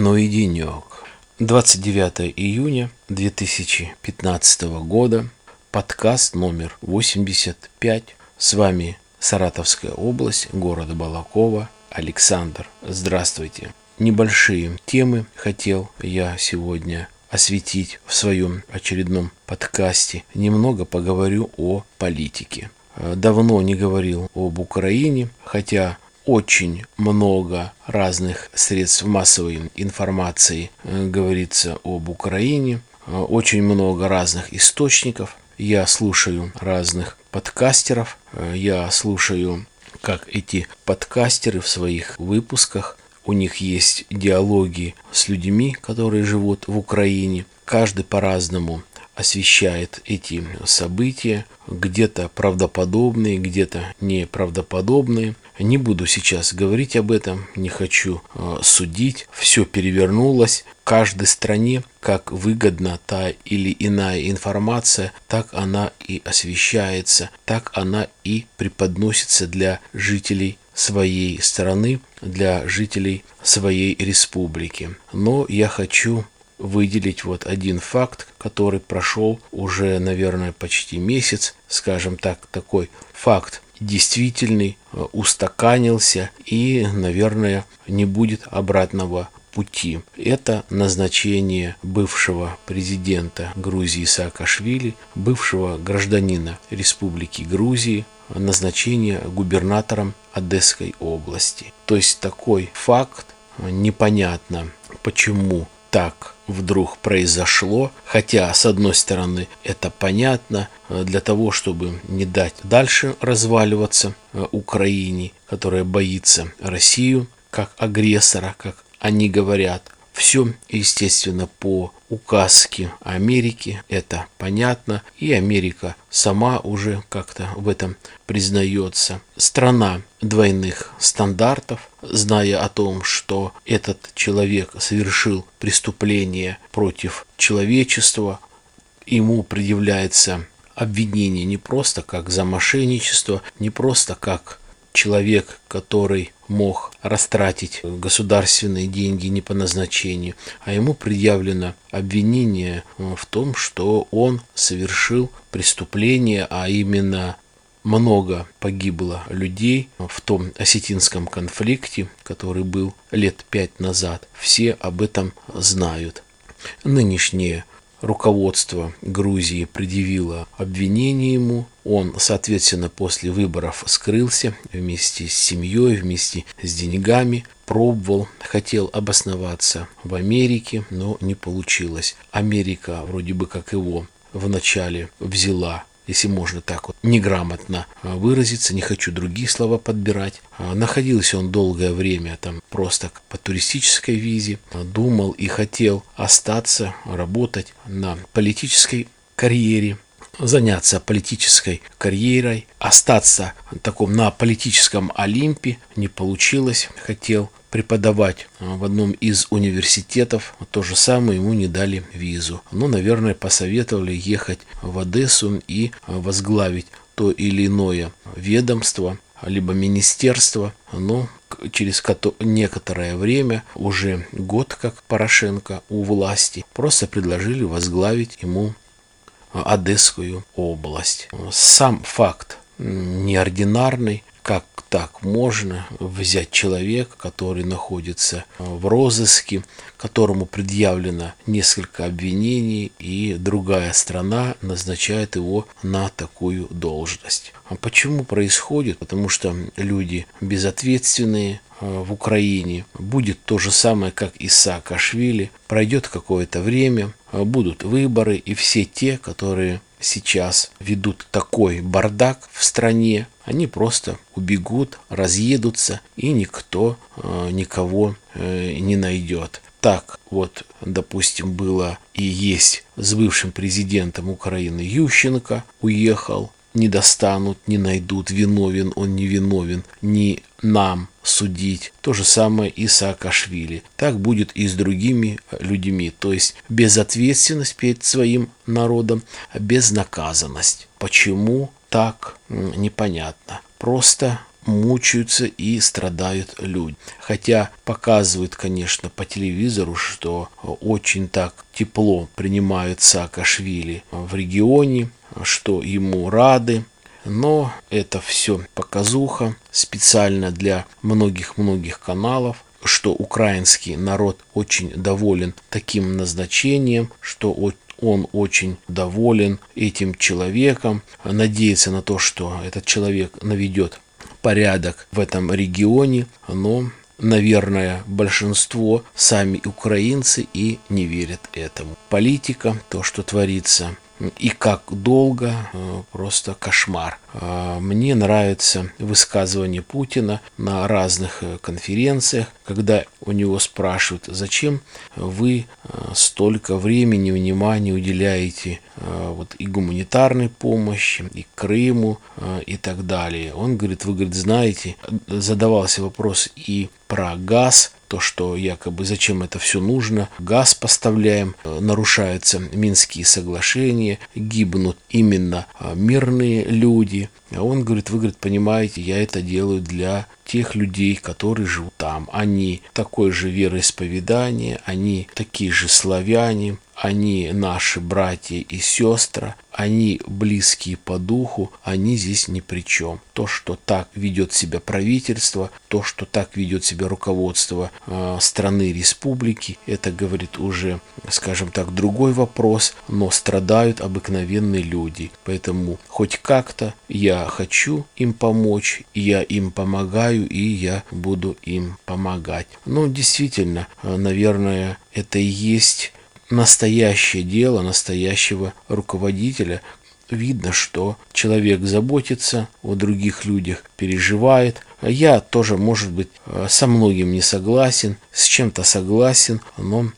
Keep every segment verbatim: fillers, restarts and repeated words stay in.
Ну и денек. двадцать девятое июня две тысячи пятнадцатого года. Подкаст номер восемьдесят пять. С вами Саратовская область, город Балаково, Александр. Здравствуйте. Небольшие темы хотел я сегодня осветить в своем очередном подкасте. Немного поговорю о политике. Давно не говорил об Украине, хотя очень много разных средств массовой информации говорится об Украине, очень много разных источников. Я слушаю разных подкастеров, я слушаю, как эти подкастеры в своих выпусках, у них есть диалоги с людьми, которые живут в Украине. Каждый по-разному освещает эти события, где-то правдоподобные, где-то неправдоподобные. Не буду сейчас говорить об этом, не хочу э, судить. Все перевернулось. Каждой стране, как выгодна та или иная информация, так она и освещается, так она и преподносится для жителей своей страны, для жителей своей республики. Но я хочу выделить вот один факт, который прошел уже, наверное, почти месяц, скажем так, такой факт действительный, устаканился и, наверное, не будет обратного пути. Это назначение бывшего президента Грузии Саакашвили, бывшего гражданина Республики Грузии, назначение губернатором Одесской области. То есть такой факт, непонятно, почему так вдруг произошло, хотя, с одной стороны, это понятно, для того, чтобы не дать дальше разваливаться Украине, которая боится Россию как агрессора, как они говорят. Все, естественно, по указке Америки, это понятно, и Америка сама уже как-то в этом признается. Страна двойных стандартов, зная о том, что этот человек совершил преступление против человечества, ему предъявляется обвинение не просто как за мошенничество, не просто как человек, который мог растратить государственные деньги не по назначению, а ему предъявлено обвинение в том, что он совершил преступление, а именно много погибло людей в том осетинском конфликте, который был лет пять назад. Все об этом знают. Нынешнее руководство Грузии предъявило обвинение ему. Он, соответственно, после выборов скрылся вместе с семьей, вместе с деньгами. Пробовал, хотел обосноваться в Америке, но не получилось. Америка вроде бы как его вначале взяла, если можно так вот неграмотно выразиться, не хочу другие слова подбирать. Находился он долгое время там просто по туристической визе, думал и хотел остаться, работать на политической карьере, заняться политической карьерой, остаться таком на политическом Олимпе, не получилось, хотел преподавать в одном из университетов, то же самое ему не дали визу. Ну, наверное, посоветовали ехать в Одессу и возглавить то или иное ведомство, либо министерство, но через некоторое время, уже год как Порошенко у власти, просто предложили возглавить ему Одесскую область. Сам факт неординарный. Как так можно взять человека, который находится в розыске, которому предъявлено несколько обвинений, и другая страна назначает его на такую должность? А почему происходит? Потому что люди безответственные в Украине. Будет то же самое, как и с Саакашвили. Пройдет какое-то время, будут выборы, и все те, которые сейчас ведут такой бардак в стране, они просто убегут, разъедутся, и никто э, никого э, не найдет. Так вот, допустим, было и есть с бывшим президентом Украины Ющенко, уехал, не достанут, не найдут, виновен он, не виновен, не нам судить. То же самое и Саакашвили. Так будет и с другими людьми. То есть безответственность перед своим народом, безнаказанность. Почему так, непонятно. Просто мучаются и страдают люди. Хотя показывают, конечно, по телевизору, что очень так тепло принимают Саакашвили в регионе, что ему рады. Но это все показуха специально для многих-многих каналов, что украинский народ очень доволен таким назначением, что он очень доволен этим человеком, надеется на то, что этот человек наведет порядок в этом регионе, но, наверное, большинство, сами украинцы, и не верят этому. Политика, то, что творится, и как долго, просто кошмар. Мне нравится высказывание Путина на разных конференциях, когда у него спрашивают, зачем вы столько времени, внимания уделяете вот, и гуманитарной помощи, и Крыму, и так далее. Он говорит, вы, говорит, знаете, задавался вопрос и про газ, то, что якобы зачем это все нужно, газ поставляем, нарушаются Минские соглашения, гибнут именно мирные люди. А он говорит, вы, говорит, понимаете, я это делаю для тех людей, которые живут там. Они такое же вероисповедание, они такие же славяне, они наши братья и сестры, они близкие по духу, они здесь ни при чем. То, что так ведет себя правительство, то, что так ведет себя руководство э, страны, республики, это, говорит, уже, скажем так, другой вопрос, но страдают обыкновенные люди. Поэтому хоть как-то я хочу им помочь, я им помогаю, и я буду им помогать. Ну, действительно, наверное, это и есть настоящее дело настоящего руководителя. Видно, что человек заботится о других людях, переживает. Я тоже, может быть, со многим не согласен, с чем-то согласен, но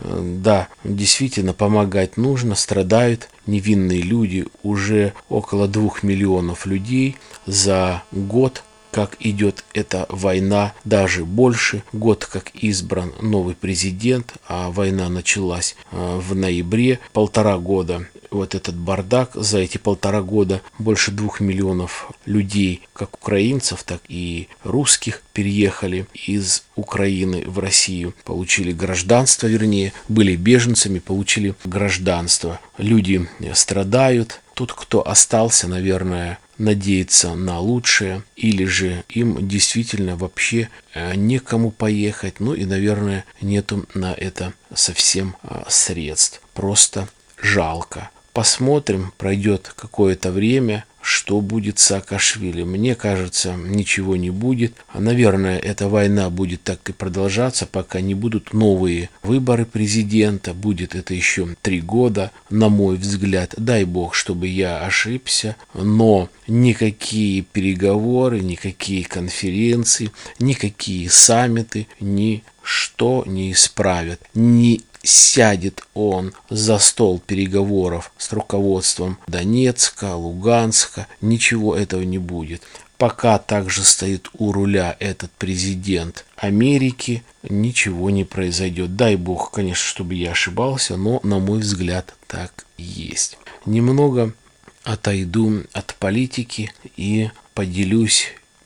да, действительно помогать нужно, страдают невинные люди, уже около двух миллионов людей за год, как идет эта война, даже больше. Год, как избран новый президент, а война началась в ноябре. Полтора года вот этот бардак. За эти полтора года больше двух миллионов людей, как украинцев, так и русских, переехали из Украины в Россию. Получили гражданство, вернее, были беженцами, получили гражданство. Люди страдают. Тот, кто остался, наверное, надеется на лучшее, или же им действительно вообще некому поехать, ну и, наверное, нету на это совсем средств. Просто жалко. Посмотрим, пройдет какое-то время, что будет с Саакашвили. Мне кажется, ничего не будет. Наверное, эта война будет так и продолжаться, пока не будут новые выборы президента. Будет это еще три года, на мой взгляд. Дай бог, чтобы я ошибся. Но никакие переговоры, никакие конференции, никакие саммиты ничто не исправят. Не сядет он за стол переговоров с руководством Донецка, Луганска, ничего этого не будет. Пока также стоит у руля этот президент Америки, ничего не произойдет. Дай бог, конечно, чтобы я ошибался, но, на мой взгляд, так и есть. Немного отойду от политики и поделюсь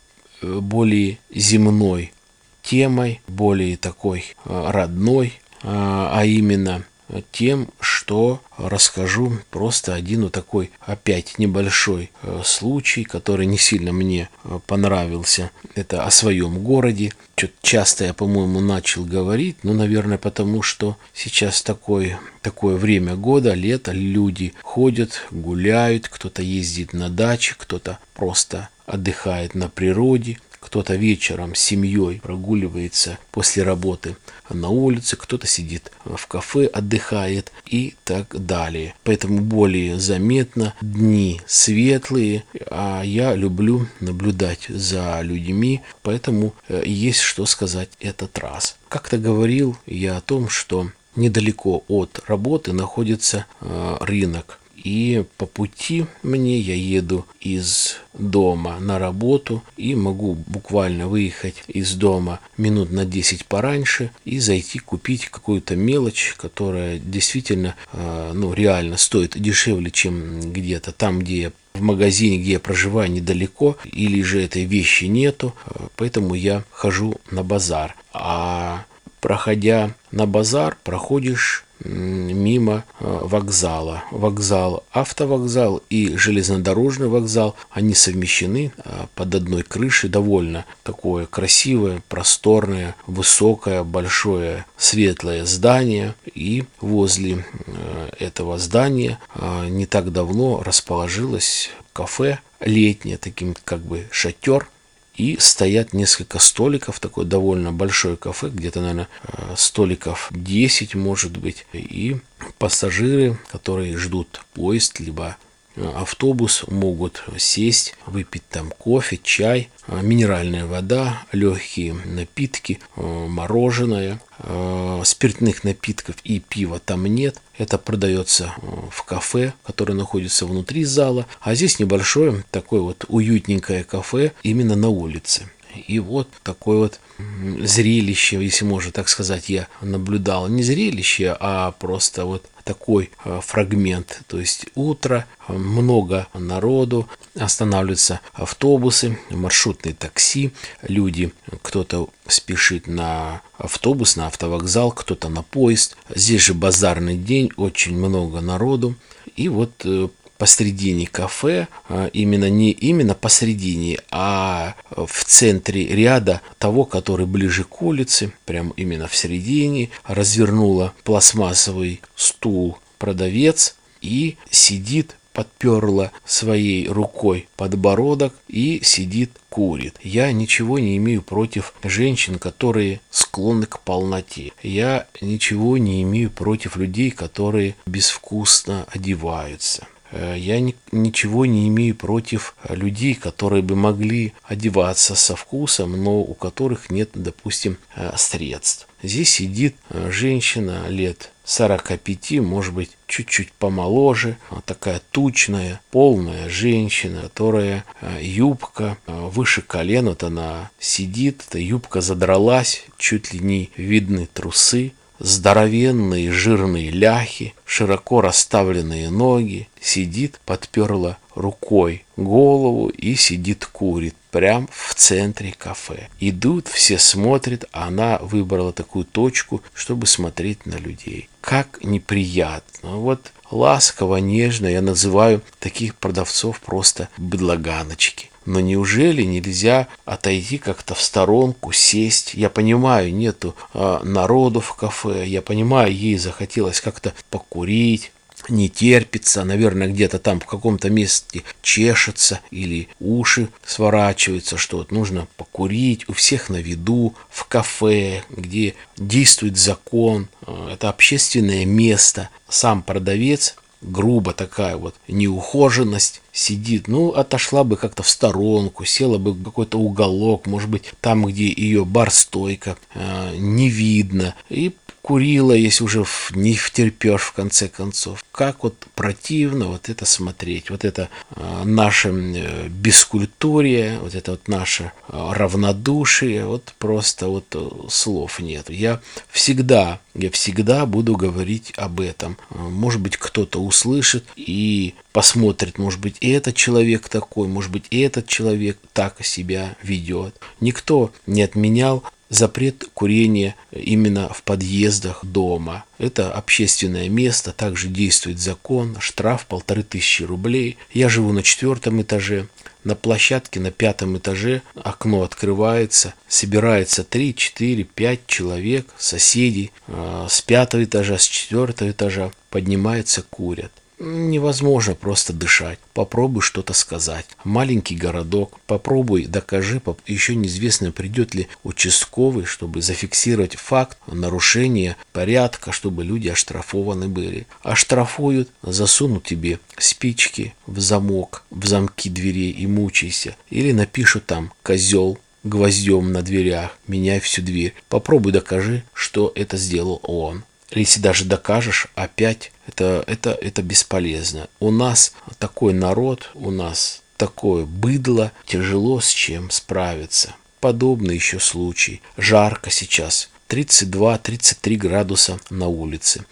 более земной темой, более такой родной, а именно тем, что расскажу просто один вот такой опять небольшой случай, который не сильно мне понравился. Это о своем городе. Что-то часто я, по-моему, начал говорить, ну, наверное, потому что сейчас такое, такое время года, лето, люди ходят, гуляют, кто-то ездит на даче, кто-то просто отдыхает на природе. Кто-то вечером с семьей прогуливается после работы на улице, кто-то сидит в кафе, отдыхает и так далее. Поэтому более заметно дни светлые, а я люблю наблюдать за людьми, поэтому есть что сказать этот раз. Как-то говорил я о том, что недалеко от работы находится рынок. И по пути мне я еду из дома на работу и могу буквально выехать из дома минут на десять пораньше и зайти купить какую-то мелочь, которая действительно, ну, реально стоит дешевле, чем где-то там, где я в магазине, где я проживаю, недалеко, или же этой вещи нету, поэтому я хожу на базар. А проходя на базар, проходишь мимо вокзала. Вокзал, автовокзал и железнодорожный вокзал, они совмещены под одной крышей. Довольно такое красивое, просторное, высокое, большое, светлое здание. И возле этого здания не так давно расположилось кафе летнее, таким как бы шатер. И стоят несколько столиков, такое довольно большое кафе, где-то, наверное, столиков десять, может быть. И пассажиры, которые ждут поезд, либо автобус, могут сесть, выпить там кофе, чай, минеральная вода, легкие напитки, мороженое. Спиртных напитков и пива там нет. Это продается в кафе, которое находится внутри зала. А здесь небольшое такое вот уютненькое кафе именно на улице. И вот такое вот зрелище, если можно так сказать, я наблюдал. Не зрелище, а просто вот такой фрагмент. То есть утро, много народу, останавливаются автобусы, маршрутные такси, люди, кто-то спешит на автобус, на автовокзал, кто-то на поезд. Здесь же базарный день, очень много народу. И вот посредине кафе, именно не именно посредине, а в центре ряда того, который ближе к улице, прям именно в середине, развернула пластмассовый стул продавец и сидит, подперла своей рукой подбородок и сидит, курит. Я ничего не имею против женщин, которые склонны к полноте. Я ничего не имею против людей, которые безвкусно одеваются. Я ни, ничего не имею против людей, которые бы могли одеваться со вкусом, но у которых нет, допустим, средств. Здесь сидит женщина лет сорока пяти, может быть, чуть-чуть помоложе, такая тучная, полная женщина, которая юбка выше колен, вот она сидит, эта юбка задралась, чуть ли не видны трусы. Здоровенные жирные ляхи, широко расставленные ноги, сидит, подперла рукой голову и сидит, курит, прям в центре кафе. Идут, все смотрят, а она выбрала такую точку, чтобы смотреть на людей. Как неприятно. Вот ласково, нежно я называю таких продавцов просто быдлаганочки. Но неужели нельзя отойти как-то в сторонку, сесть? Я понимаю, нету а, народу в кафе, я понимаю, ей захотелось как-то покурить, не терпится, наверное, где-то там в каком-то месте чешется или уши сворачиваются, что вот нужно покурить, у всех на виду, в кафе, где действует закон, это общественное место, сам продавец, грубо такая вот неухоженность, сидит, ну, отошла бы как-то в сторонку, села бы в какой-то уголок, может быть, там, где ее бар-стойка, э, не видно, и курила, если уже не втерпешь в конце концов. Как вот противно вот это смотреть, вот это э, наше э, бескультурие, вот это вот наше э, равнодушие, вот просто вот э, слов нет. Я всегда, я всегда буду говорить об этом. Может быть, кто-то услышит и посмотрит, может быть, и этот человек такой, может быть, и этот человек так себя ведет. Никто не отменял запрет курения именно в подъездах дома. Это общественное место, также действует закон, штраф полторы тысячи рублей. Я живу на четвертом этаже. На площадке на пятом этаже окно открывается, собирается три, четыре, пять человек, соседей э, с пятого этажа, с четвертого этажа поднимаются, курят. Невозможно просто дышать. Попробуй что-то сказать. Маленький городок. Попробуй, докажи. Еще неизвестно, придет ли участковый, чтобы зафиксировать факт нарушения порядка, чтобы люди оштрафованы были. Оштрафуют, засунут тебе спички в замок, в замки дверей и мучайся. Или напишут там «козел» гвоздем на дверях, меняй всю дверь. Попробуй докажи, что это сделал он. если даже докажешь, опять это, это, это бесполезно. У нас такой народ, у нас такое быдло, тяжело с чем справиться. Подобный еще случай. Жарко сейчас. тридцать два - тридцать три градуса на улице.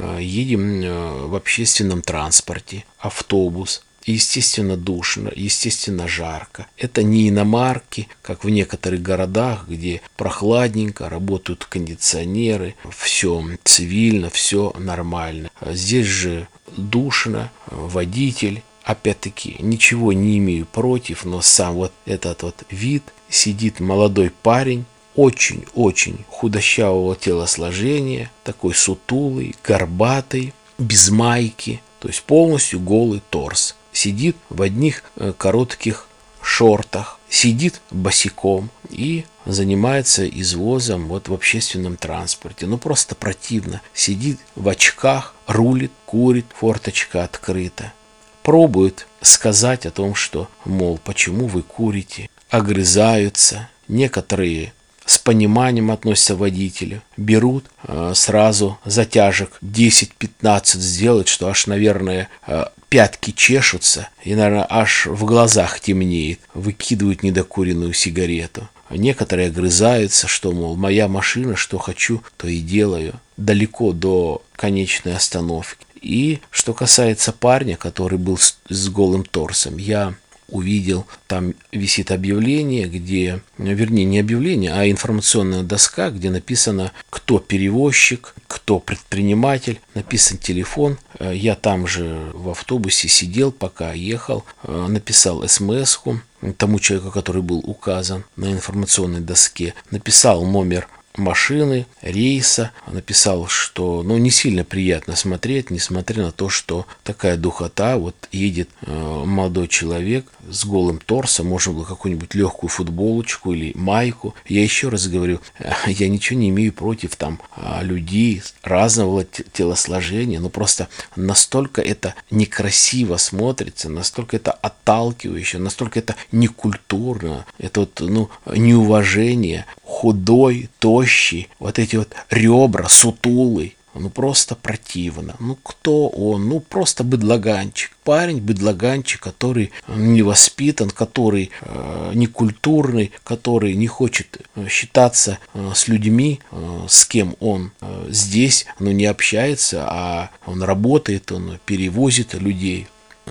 Едем в общественном транспорте. Автобус. Естественно, душно, естественно, жарко. Это не иномарки, как в некоторых городах, где прохладненько, работают кондиционеры, все цивильно, все нормально. Здесь же душно, водитель. Опять-таки, ничего не имею против, но сам вот этот вот вид, сидит молодой парень, очень-очень худощавого телосложения, такой сутулый, горбатый, без майки, то есть полностью голый торс. Сидит в одних коротких шортах, сидит босиком и занимается извозом вот в общественном транспорте. Ну просто противно. Сидит в очках, рулит, курит, форточка открыта. Пробует сказать о том, что, мол, почему вы курите, огрызаются. Некоторые с пониманием относятся к водителю, берут э, сразу затяжек десять-пятнадцать сделать, что аж, наверное, э, пятки чешутся и, наверное, аж в глазах темнеет, выкидывают недокуренную сигарету. Некоторые огрызаются, что, мол, моя машина, что хочу, то и делаю, далеко до конечной остановки. И что касается парня, который был с, с голым торсом, я увидел, там висит объявление, где, вернее, не объявление, а информационная доска, где написано, кто перевозчик, кто предприниматель, написан телефон. Я там же в автобусе сидел, пока ехал, написал эс-эм-эску тому человеку, который был указан на информационной доске, написал номер машины, рейса, написал, что ну, не сильно приятно смотреть, несмотря на то, что такая духота, вот едет э, молодой человек с голым торсом, можно было какую-нибудь легкую футболочку или майку. Я еще раз говорю, э, я ничего не имею против там э, людей разного телосложения, но просто настолько это некрасиво смотрится, настолько это отталкивающе, настолько это некультурно, это вот, ну, неуважение. Худой, тощий, вот эти вот ребра, сутулый, ну просто противно. Ну кто он? Ну просто быдлаганчик. Парень быдлаганчик, который не воспитан, который э, некультурный, который не хочет считаться э, с людьми, э, с кем он э, здесь, но не общается, а он работает, он перевозит людей.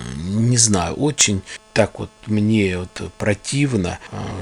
Не знаю, очень так вот мне вот противно.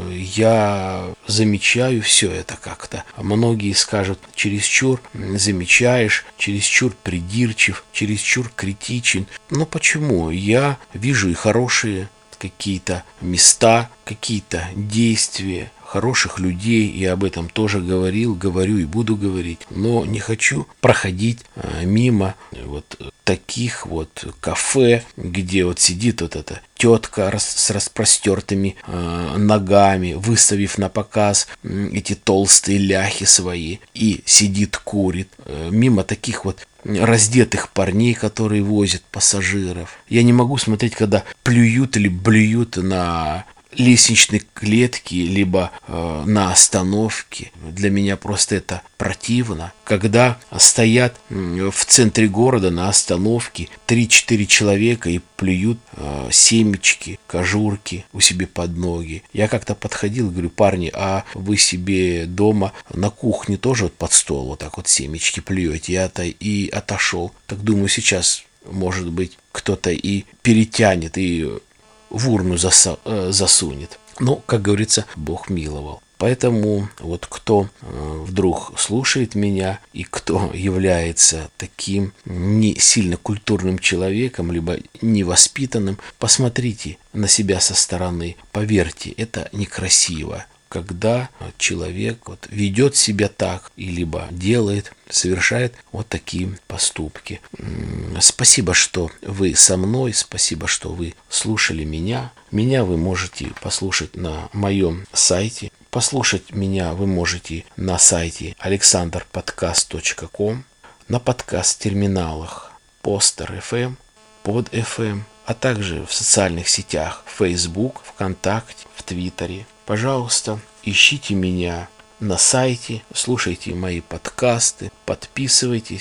Я замечаю все это как-то. Многие скажут, чересчур замечаешь, чересчур придирчив, чересчур критичен. Но почему? Я вижу и хорошие какие-то места, какие-то действия хороших людей, я об этом тоже говорил, говорю и буду говорить, но не хочу проходить а, мимо вот таких вот кафе, где вот сидит вот эта тетка рас, с распростертыми э, ногами, выставив на показ э, эти толстые ляхи свои, и сидит, курит. Э, мимо таких вот раздетых парней, которые возят пассажиров. Я не могу смотреть, когда плюют или блюют на лестничной клетки, либо э, на остановке. Для меня просто это противно. Когда стоят в центре города на остановке три-четыре человека и плюют э, семечки, кожурки у себе под ноги. Я как-то подходил и говорю, парни, а вы себе дома на кухне тоже вот под стол вот так вот семечки плюете? Я-то и отошел. Так думаю, сейчас, может быть, кто-то и перетянет, и в урну засу, э, засунет. Но, как говорится, Бог миловал. Поэтому вот кто э, вдруг слушает меня и кто является таким не сильно культурным человеком, либо невоспитанным, посмотрите на себя со стороны. Поверьте, это некрасиво, когда человек вот ведет себя так, и либо делает, совершает вот такие поступки. Спасибо, что вы со мной, спасибо, что вы слушали меня. Меня вы можете послушать на моем сайте. Послушать меня вы можете на сайте александр подкаст точка ком, на подкаст-терминалах Постер точка эф эм, Под точка эф эм, а также в социальных сетях Facebook, ВКонтакте, в Твиттере. Пожалуйста, ищите меня на сайте, слушайте мои подкасты, подписывайтесь.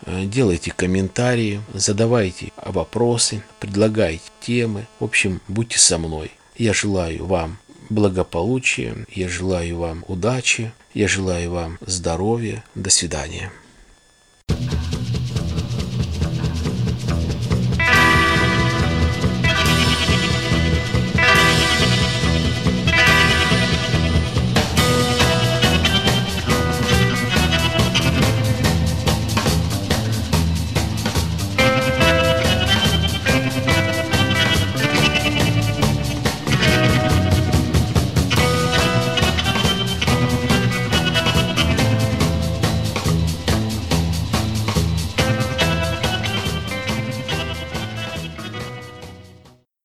делайте комментарии, задавайте вопросы, предлагайте темы. В общем, будьте со мной. Я желаю вам благополучия, я желаю вам удачи, я желаю вам здоровья. До свидания.